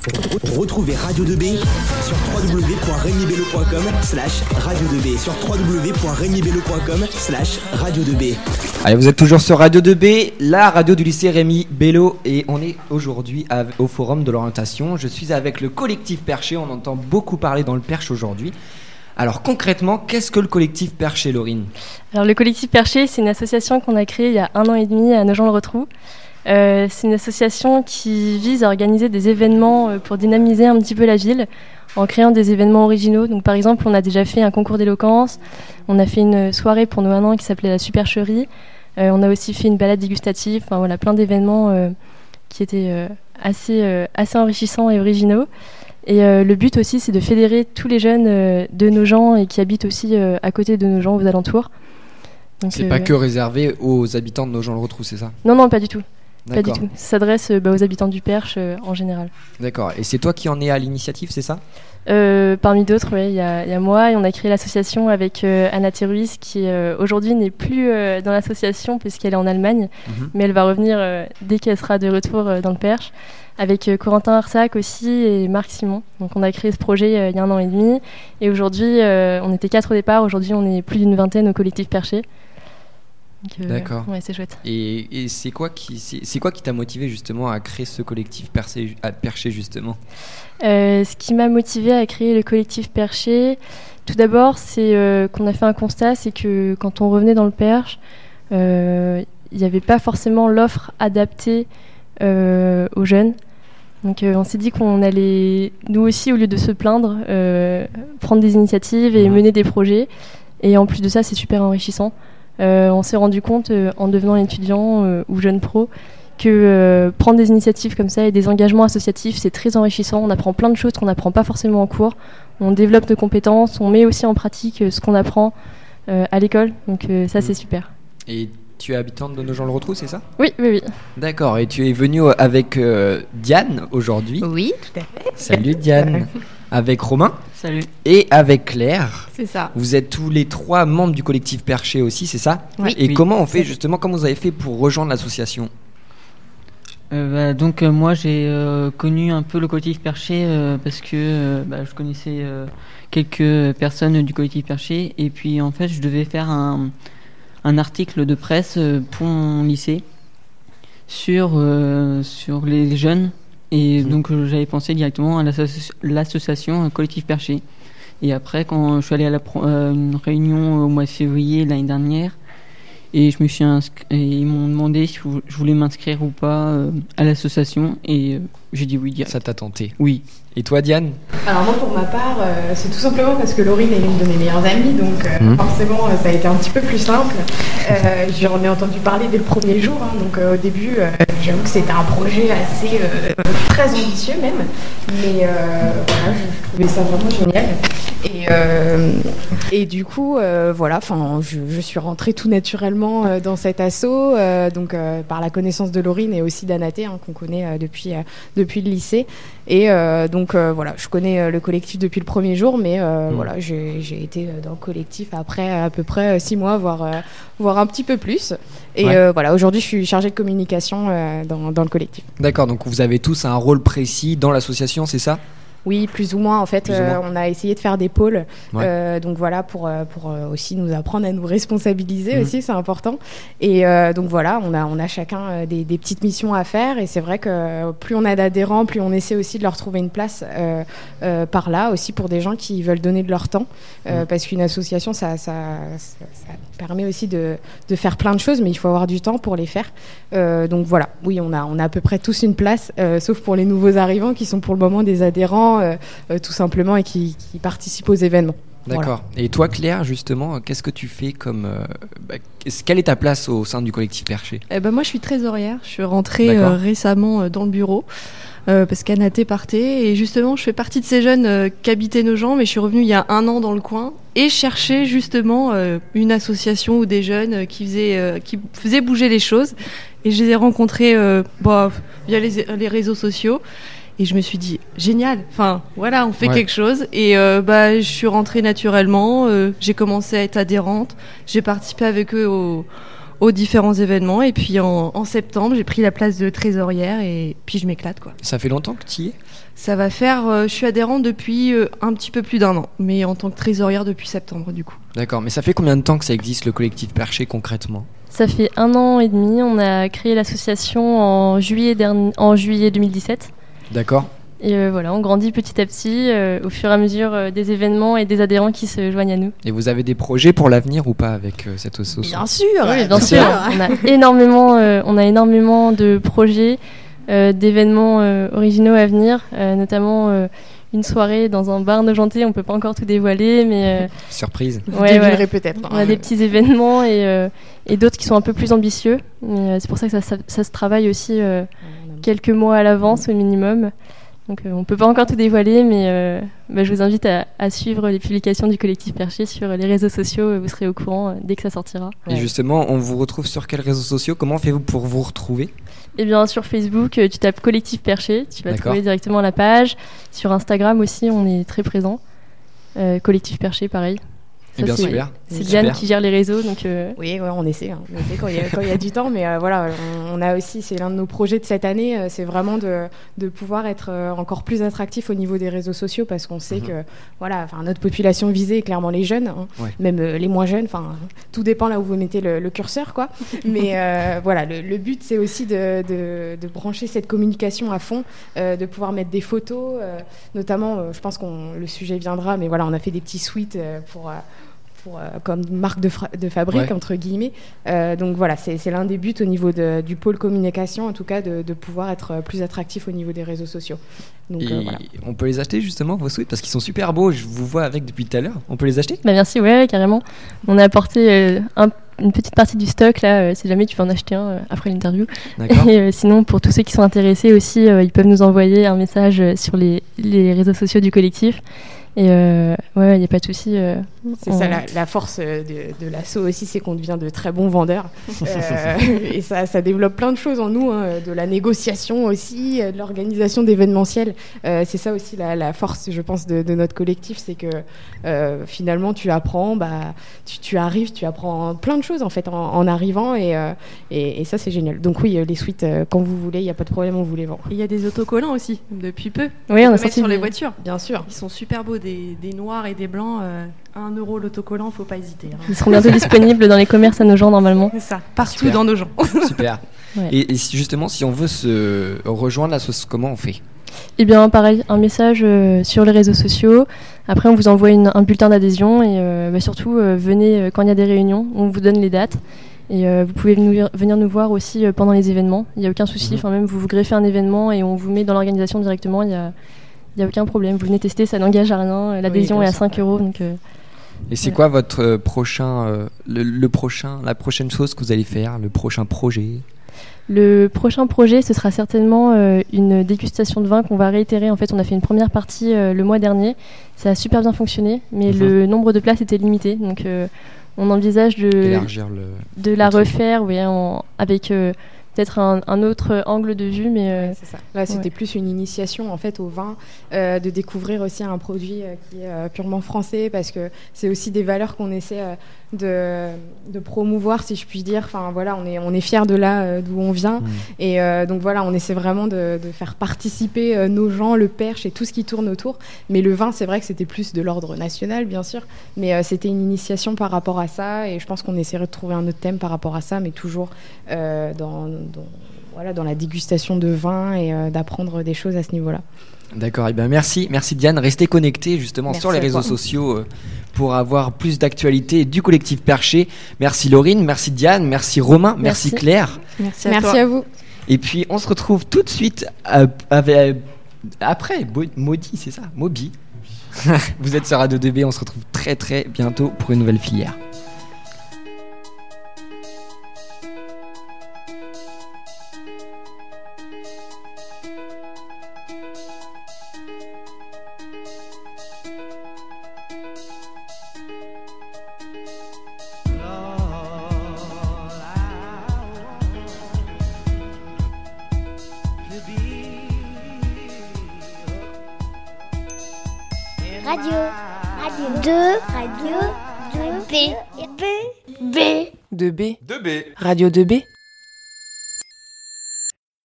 Retrouvez Radio 2B sur www.remibello.com/radio2b, sur www.remibello.com/radio2b. Allez, vous êtes toujours sur Radio 2B, la radio du lycée Rémi Bello, et on est aujourd'hui au forum de l'orientation. Je suis avec le collectif Perché, on entend beaucoup parler dans le Perche aujourd'hui. Alors concrètement, qu'est-ce que le collectif Perché, Laurine ? Alors le collectif Perché, c'est une association qu'on a créée il y a 1 an et demi à Nogent-le-Rotrou. C'est une association qui vise à organiser des événements pour dynamiser un petit peu la ville en créant des événements originaux. Donc par exemple, on a déjà fait un concours d'éloquence, on a fait une soirée pour nos 1 an qui s'appelait la Supercherie, on a aussi fait une balade dégustative, enfin voilà, plein d'événements qui étaient assez enrichissants et originaux. Et le but aussi, c'est de fédérer tous les jeunes de Nogent et qui habitent aussi à côté de Nogent, aux alentours. Donc, c'est pas que réservé aux habitants de Nogent-le-Rotrou, c'est ça ? Non, pas du tout. D'accord. Pas du tout. Ça s'adresse aux habitants du Perche en général. D'accord. Et c'est toi qui en es à l'initiative, c'est ça ? Parmi d'autres, oui, il y a moi, et on a créé l'association avec Anna Théruis, qui aujourd'hui n'est plus dans l'association puisqu'elle est en Allemagne, mais elle va revenir dès qu'elle sera de retour dans le Perche, avec Corentin Arsac aussi et Marc Simon. Donc on a créé ce projet il y a 1 an et demi, et aujourd'hui, on était 4 au départ, aujourd'hui on est plus d'une vingtaine au collectif Perché. Donc, d'accord. Ouais, c'est chouette. Et c'est quoi qui t'a motivé justement à créer ce collectif Perché justement ? Ce qui m'a motivé à créer le collectif Perché, tout d'abord, c'est qu'on a fait un constat, c'est que quand on revenait dans le Perche, il n'y avait pas forcément l'offre adaptée aux jeunes. Donc on s'est dit qu'on allait, nous aussi, au lieu de se plaindre, prendre des initiatives et mener des projets. Et en plus de ça, c'est super enrichissant. On s'est rendu compte en devenant étudiant ou jeune pro que prendre des initiatives comme ça et des engagements associatifs, c'est très enrichissant. On apprend plein de choses qu'on n'apprend pas forcément en cours. On développe nos compétences, on met aussi en pratique ce qu'on apprend à l'école. Donc ça, c'est super. Et tu es habitante de Nogent-le-Rotrou, c'est ça ? Oui. D'accord, et tu es venue avec Diane aujourd'hui. Oui, tout à fait. Salut Diane. Avec Romain. Salut. Et avec Claire. C'est ça. Vous êtes tous les 3 membres du collectif Perché aussi, c'est ça ? Oui. Et comment on fait justement, comment vous avez fait pour rejoindre l'association ? Donc moi j'ai connu un peu le collectif Perché parce que je connaissais quelques personnes du collectif Perché, et puis en fait je devais faire un article de presse pour mon lycée sur les jeunes, et donc j'avais pensé directement à l'association collectif Perché. Et après, quand je suis allé à une réunion au mois de février l'année dernière, et je me suis et ils m'ont demandé si je voulais m'inscrire ou pas à l'association, et j'ai dit oui direct. Ça t'a tenté ? Oui. Et toi Diane ? Alors moi pour ma part, c'est tout simplement parce que Laurine est l'une de mes meilleures amies, donc forcément ça a été un petit peu plus simple. J'en ai entendu parler dès le premier jour, donc au début j'avoue que c'était un projet assez très ambitieux même, mais voilà, je trouvais ça vraiment génial. Et du coup voilà, je suis rentrée tout naturellement dans cet asso, donc par la connaissance de Laurine et aussi d'Anaté, qu'on connaît depuis le lycée. Et donc voilà, je connais le collectif depuis le premier jour, mais voilà, j'ai été dans le collectif après à peu près 6 mois, voire un petit peu plus. Et voilà, aujourd'hui je suis chargée de communication dans le collectif. D'accord, donc vous avez tous un rôle précis dans l'association, c'est ça ? Oui, plus ou moins. En fait, on a essayé de faire des pôles. Donc voilà, pour aussi nous apprendre à nous responsabiliser aussi, c'est important. Et donc voilà, on a chacun des petites missions à faire. Et c'est vrai que plus on a d'adhérents, plus on essaie aussi de leur trouver une place par là, aussi pour des gens qui veulent donner de leur temps. Parce qu'une association, ça permet aussi de faire plein de choses, mais il faut avoir du temps pour les faire. Donc voilà, oui, on a à peu près tous une place, sauf pour les nouveaux arrivants qui sont pour le moment des adhérents, tout simplement, et qui participent aux événements. D'accord. Voilà. Et toi Claire, justement, qu'est-ce que tu fais comme quelle est ta place au sein du collectif Perché ? Moi je suis trésorière, je suis rentrée récemment dans le bureau. Parce qu'Anaté partait, et justement je fais partie de ces jeunes qui habitaient Nogent, mais je suis revenue il y a 1 an dans le coin et cherchais justement une association ou des jeunes qui faisaient bouger les choses, et je les ai rencontrés via les réseaux sociaux. Et je me suis dit, génial, voilà, on fait quelque chose. Et je suis rentrée naturellement, j'ai commencé à être adhérente, j'ai participé avec eux aux différents événements. Et puis en septembre, j'ai pris la place de trésorière et puis je m'éclate, quoi. Ça fait longtemps que tu y es ? Ça va faire, je suis adhérente depuis un petit peu plus d'1 an, mais en tant que trésorière depuis septembre du coup. D'accord, mais ça fait combien de temps que ça existe le collectif Perché concrètement ? Ça fait 1 an et demi, on a créé l'association en juillet 2017. D'accord. Et voilà, on grandit petit à petit au fur et à mesure des événements et des adhérents qui se joignent à nous. Et vous avez des projets pour l'avenir ou pas avec cette association ? Bien sûr, oui, bien sûr. On a énormément de projets, d'événements originaux à venir, notamment une soirée dans un bar nojenté. On peut pas encore tout dévoiler, mais surprise. Vous devinerez peut-être. On a des petits événements et d'autres qui sont un peu plus ambitieux. Mais c'est pour ça que ça se travaille aussi quelques mois à l'avance au minimum. Donc on peut pas encore tout dévoiler, mais je vous invite à suivre les publications du collectif Perché sur les réseaux sociaux. Vous serez au courant dès que ça sortira. Et justement, on vous retrouve sur quels réseaux sociaux ? Comment faites-vous pour vous retrouver ? Eh bien, sur Facebook, tu tapes Collectif Perché, tu vas trouver directement la page. Sur Instagram aussi, on est très présent. Collectif Perché, pareil. Ça, bien super. C'est Diane qui gère les réseaux, donc. Oui, ouais, on essaie quand il y a du temps, mais voilà, on a aussi, c'est l'un de nos projets de cette année, c'est vraiment de pouvoir être encore plus attractif au niveau des réseaux sociaux, parce qu'on sait que voilà, notre population visée est clairement les jeunes, même les moins jeunes. Enfin, tout dépend là où vous mettez le curseur, quoi. Mais voilà, le but c'est aussi de brancher cette communication à fond, de pouvoir mettre des photos, notamment, je pense le sujet viendra, mais voilà, on a fait des petits suites comme marque de fabrique, entre guillemets. Donc voilà, c'est l'un des buts au niveau du pôle communication, en tout cas, de pouvoir être plus attractif au niveau des réseaux sociaux. Donc, voilà. On peut les acheter justement, vos sweats, parce qu'ils sont super beaux, je vous vois avec depuis tout à l'heure. On peut les acheter ? Merci, ouais, carrément. On a apporté une petite partie du stock, là, si jamais tu veux en acheter un après l'interview. D'accord. Et sinon, pour tous ceux qui sont intéressés aussi, ils peuvent nous envoyer un message sur les réseaux sociaux du collectif. Et il n'y a pas de souci. C'est ça la force de l'asso aussi, c'est qu'on devient de très bons vendeurs. Et ça développe plein de choses en nous, de la négociation aussi, de l'organisation d'événementiels. C'est ça aussi la force, je pense, de notre collectif, c'est que finalement tu apprends, tu arrives, tu apprends plein de choses en fait en arrivant, et ça c'est génial. Donc oui, les suites, quand vous voulez, il n'y a pas de problème, on vous les vend. Il y a des autocollants aussi, depuis peu. Oui, on a sorti sur les voitures. Bien sûr. Ils sont super beaux, des noirs et des blancs. 1 € l'autocollant, faut pas hésiter. Ils seront bientôt disponibles dans les commerces à Nogent normalement. C'est ça, partout dans Nogent. Super. Ouais. Et justement, si on veut se rejoindre l'association, comment on fait ? Eh bien, pareil, un message sur les réseaux sociaux. Après, on vous envoie un bulletin d'adhésion et surtout, venez quand il y a des réunions. On vous donne les dates. Et vous pouvez venir nous voir aussi pendant les événements. Il n'y a aucun souci. Enfin, même vous greffez un événement et on vous met dans l'organisation directement. Il n'y a aucun problème. Vous venez tester, ça n'engage à rien. L'adhésion est à 5 €. Donc, et c'est quoi votre prochain, la prochaine chose que vous allez faire, le prochain projet ? Le prochain projet, ce sera certainement une dégustation de vin qu'on va réitérer. En fait, on a fait une première partie le mois dernier. Ça a super bien fonctionné, mais le nombre de places était limité. Donc, on envisage de la refaire, avec peut-être un autre angle de vue, mais c'est ça. Là, c'était plus une initiation en fait au vin, de découvrir aussi un produit qui est purement français, parce que c'est aussi des valeurs qu'on essaie de promouvoir, si je puis dire. Enfin voilà, on est fiers de là d'où on vient, et donc voilà, on essaie vraiment de faire participer nos gens, le Perche et tout ce qui tourne autour. Mais le vin, c'est vrai que c'était plus de l'ordre national, bien sûr, mais c'était une initiation par rapport à ça, et je pense qu'on essaierait de trouver un autre thème par rapport à ça, mais toujours dans la dégustation de vin et d'apprendre des choses à ce niveau-là. D'accord, et bien merci Diane, restez connectés justement sur les réseaux sociaux pour avoir plus d'actualités du collectif Perché. Merci Laurine, merci Diane, merci Romain, merci Claire. Merci à vous. Et puis on se retrouve tout de suite après Maudit, c'est ça, Moby. Vous êtes sur Radio 2B, on se retrouve très très bientôt pour une nouvelle filière. 2B. 2B. Radio 2B.